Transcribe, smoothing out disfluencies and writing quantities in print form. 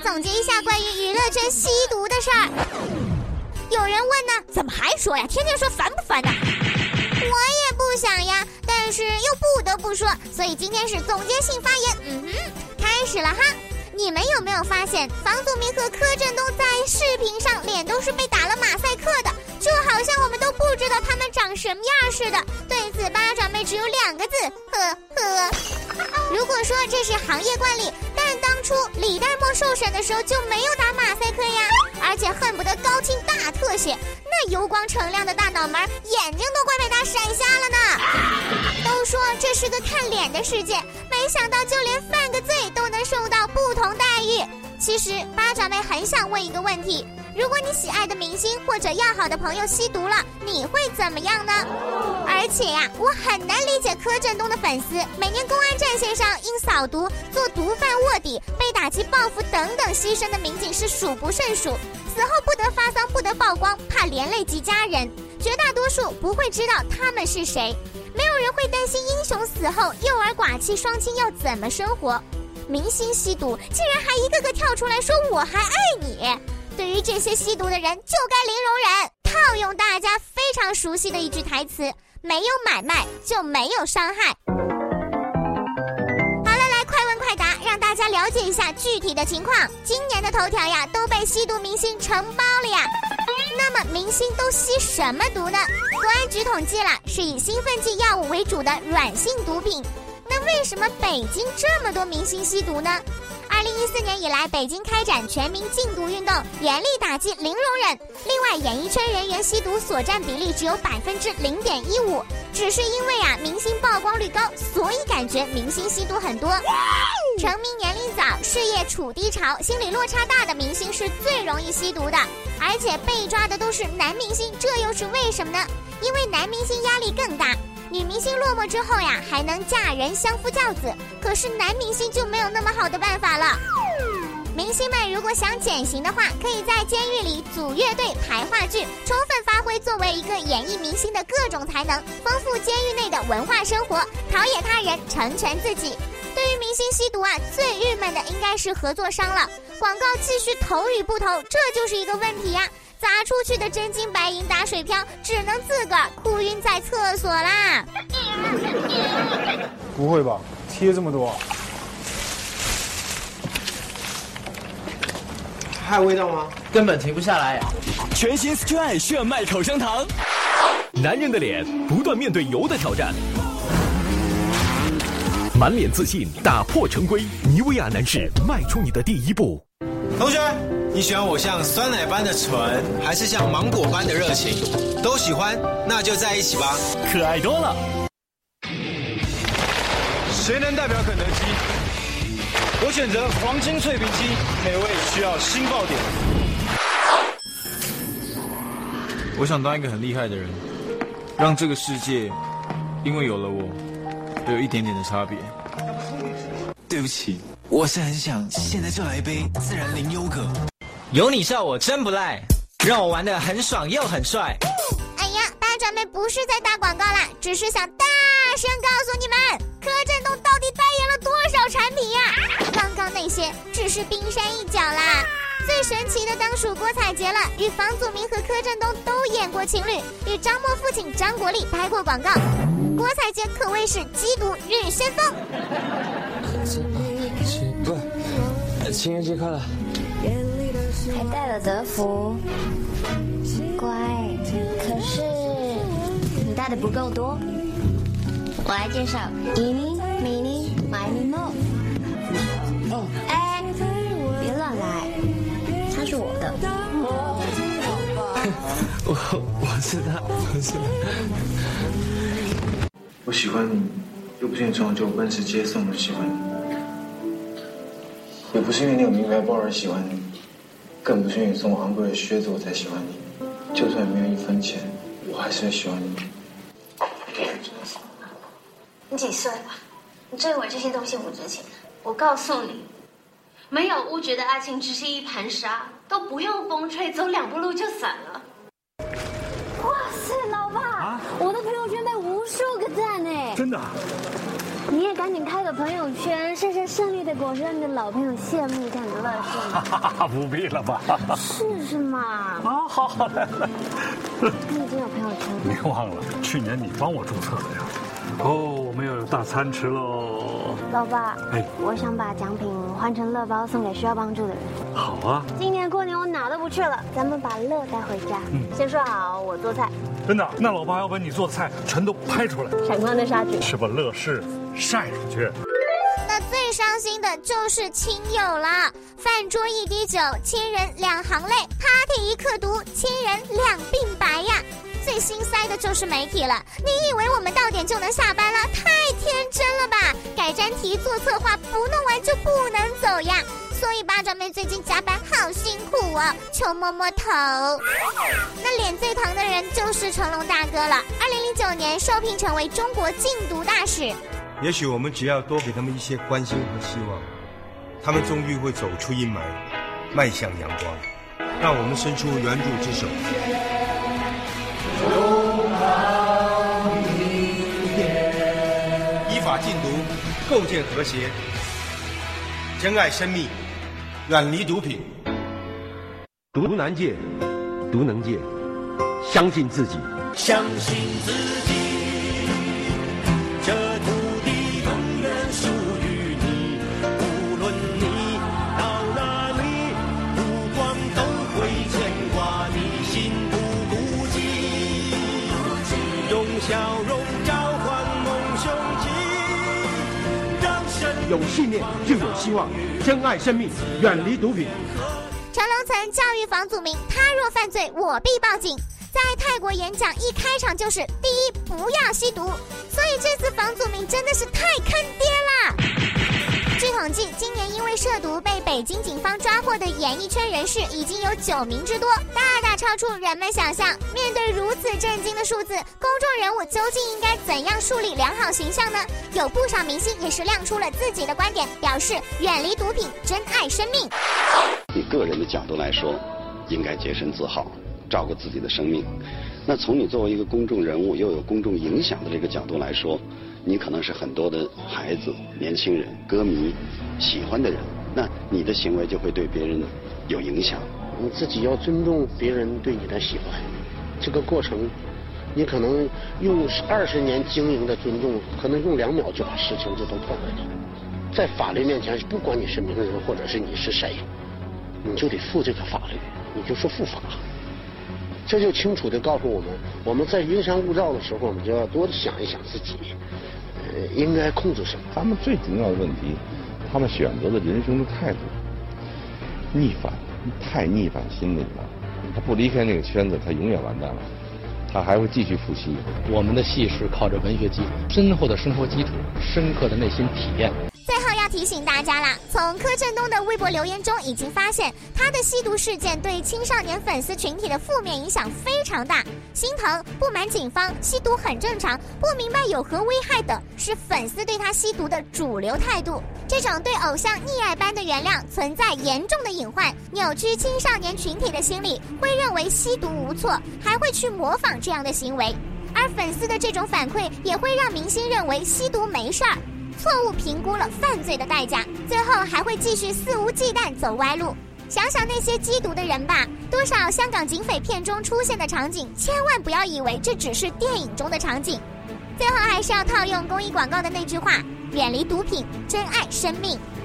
总结一下关于娱乐圈吸毒的事儿。有人问呢， 怎么还说呀？天天说烦不烦呢？ 我也不想呀，但是又不得不说，所以今天是总结性发言。开始了哈。你们有没有发现，房祖名和柯震东在视频上脸都是被打了马赛克的，就好像我们都不知道他们长什么样似的。对此，八爪妹只有2个字：呵呵。如果说这是行业惯例，但当初李代沫受审的时候就没有打马赛克呀，而且恨不得高清大特写，那油光锃亮的大脑门，眼睛都快被他闪瞎了呢。都说这是个看脸的世界，没想到就连犯个罪都能受到不同待遇。其实八爪妹很想问一个问题，如果你喜爱的明星或者要好的朋友吸毒了，你会怎么样呢？而且呀，我很难理解柯震东的粉丝每年公安战线上因扫毒、做毒贩卧底、被打击报复等等牺牲的民警是数不胜数，死后不得发丧、不得曝光，怕连累及家人。绝大多数不会知道他们是谁，没有人会担心英雄死后幼儿寡妻双亲要怎么生活。明星吸毒竟然还一个个跳出来说我还爱你，对于这些吸毒的人就该零容忍。套用大家非常熟悉的一句台词，没有买卖就没有伤害。好了，来快问快答，让大家了解一下具体的情况。今年的头条呀都被吸毒明星承包了呀。那么明星都吸什么毒呢？公安局统计了，是以兴奋剂药物为主的软性毒品。那为什么北京这么多明星吸毒呢？2014年以来，北京开展全民禁毒运动，严厉打击零容忍。另外，演艺圈人员吸毒所占比例只有0.15%，只是因为明星曝光率高，所以感觉明星吸毒很多。成名年龄早、事业处低潮、心理落差大的明星是最容易吸毒的，而且被抓的都是男明星，这又是为什么呢？因为男明星压力更大。女明星落寞之后还能嫁人相夫教子，可是男明星就没有那么好的办法了。明星们如果想减刑的话，可以在监狱里组乐队排话剧，充分发挥作为一个演艺明星的各种才能，丰富监狱内的文化生活，陶冶他人，成全自己。对于明星吸毒最郁闷的应该是合作商了，广告继续投与不投，这就是一个问题呀。砸出去的真金白银打水漂，只能自个儿哭晕在厕所啦。 不会吧，贴这么多， 还有味道吗？根本停不下来。 全新 Stray 炫迈口香糖，男人的脸不断面对油的挑战，满脸自信打破成规，妮维雅男士迈出你的第一步。 同学，你喜欢我像酸奶般的纯，还是像芒果般的热情？都喜欢，那就在一起吧。 可爱多了。 谁能代表肯德基？我选择黄金脆皮鸡，美味需要新爆点。我想当一个很厉害的人，让这个世界因为有了我都有一点点的差别。 对不起，我是很想现在就来一杯自然零优格。 有你笑我真不赖，让我玩得很爽又很帅。 哎呀，八爪妹不是在打广告啦，只是想大声告诉你们，柯震东到底代言了多少产品呀？刚刚那些只是冰山一角啦。最神奇的当属郭采洁了，与房祖名和柯震东都演过情侣，与张默父亲张国立拍过广告。郭采洁可谓是缉毒女先锋。 不，情人节快乐！ 还带了德芙，乖。可是你带的不够多，我来介绍，Eeny Meeny Miny Mo。哦，哎，别乱来，他是我的。 我是他，我是他。 我喜欢你，又不是你从小就奔驰接送的喜欢你，也不是因为你有名牌包而喜欢你，更不是因为你送我昂贵的靴子我才喜欢你。就算没有1分钱，我还是会喜欢你。 你几岁了？你真以为这些东西不值钱？我告诉你，没有物质的爱情只是一盘沙，都不用风吹，走2步路就散了。 哇塞，老爸，我的朋友圈被无数个赞哎！ 真的？ 你也赶紧开个朋友圈，晒晒胜利的果实，让你的老朋友羡慕一下你的乐事。 不必了吧？ 是嘛？ 啊，好来。 你已经有朋友圈了？ 别忘了，去年你帮我注册的呀。哦，我们又有大餐吃喽。 老爸， 哎， 我想把奖品换成乐包送给需要帮助的人。 好啊。 今年过年我哪都不去了，咱们把乐带回家。先说好，我做菜。 真的？那老爸要把你做的菜全都拍出来， 闪光的杀菌， 是把乐事晒出去。 那最伤心的就是亲友了，饭桌一滴酒，亲人两行泪 ；party 一刻毒，亲人两鬓白呀。最心塞的就是媒体了，你以为我们到点就能下班了？太天真了吧！改专题做策划，不弄完就不能走呀。所以巴掌妹最近加班好辛苦哦，求摸摸头。那脸最疼的人就是成龙大哥了。2009年受聘成为中国禁毒大使。 也许我们只要多给他们一些关心和希望，他们终于会走出阴霾，迈向阳光。让我们伸出援助之手。依法禁毒，构建和谐，珍爱生命，远离毒品。 毒难戒，毒能戒，相信自己， 相信自己，这土地永远属于你。无论你到哪里，目光都会牵挂你，心不孤寂，用笑容召唤梦雄起，让生有信念就有希望，珍爱生命，远离毒品。 成龙曾教育房祖名，他若犯罪，我必报警。在泰国演讲一开场就是第一，不要吸毒。所以这次房祖名真的是太坑爹了。据统计，今年因为涉毒被北京警方抓获的演艺圈人士已经有9名之多，大大超出人们想象。面对如此震惊的数字，公众人物究竟应该怎样树立良好形象呢？有不少明星也是亮出了自己的观点，表示远离毒品，珍爱生命。 以个人的角度来说，应该洁身自好，照顾自己的生命。那从你作为一个公众人物又有公众影响的这个角度来说，你可能是很多的孩子、年轻人、歌迷喜欢的人，那你的行为就会对别人有影响。 你自己要尊重别人对你的喜欢，这个过程你可能用20年经营的尊重，可能用2秒就把事情就都破坏了。在法律面前，不管你是名人或者是你是谁，你就得负这个法律，你就是负法。这就清楚地告诉我们，我们在云山雾罩的时候，我们就要多想一想自己，应该控制什么。 他们最重要的问题，他们选择的人生的态度逆反，太逆反心理了。他不离开那个圈子，他永远完蛋了，他还会继续复吸。 我们的戏是靠着文学基础、深厚的生活基础、深刻的内心体验。 最后要提醒大家啦，从柯震东的微博留言中已经发现，他的吸毒事件对青少年粉丝群体的负面影响非常大。心疼、不满警方，吸毒很正常，不明白有何危害等，是粉丝对他吸毒的主流态度。这种对偶像溺爱般的原谅存在严重的隐患，扭曲青少年群体的心理，会认为吸毒无错，还会去模仿这样的行为。而粉丝的这种反馈也会让明星认为吸毒没事儿，错误评估了犯罪的代价，最后还会继续肆无忌惮走歪路。想想那些缉毒的人吧，多少香港警匪片中出现的场景，千万不要以为这只是电影中的场景。最后还是要套用公益广告的那句话，远离毒品，珍爱生命。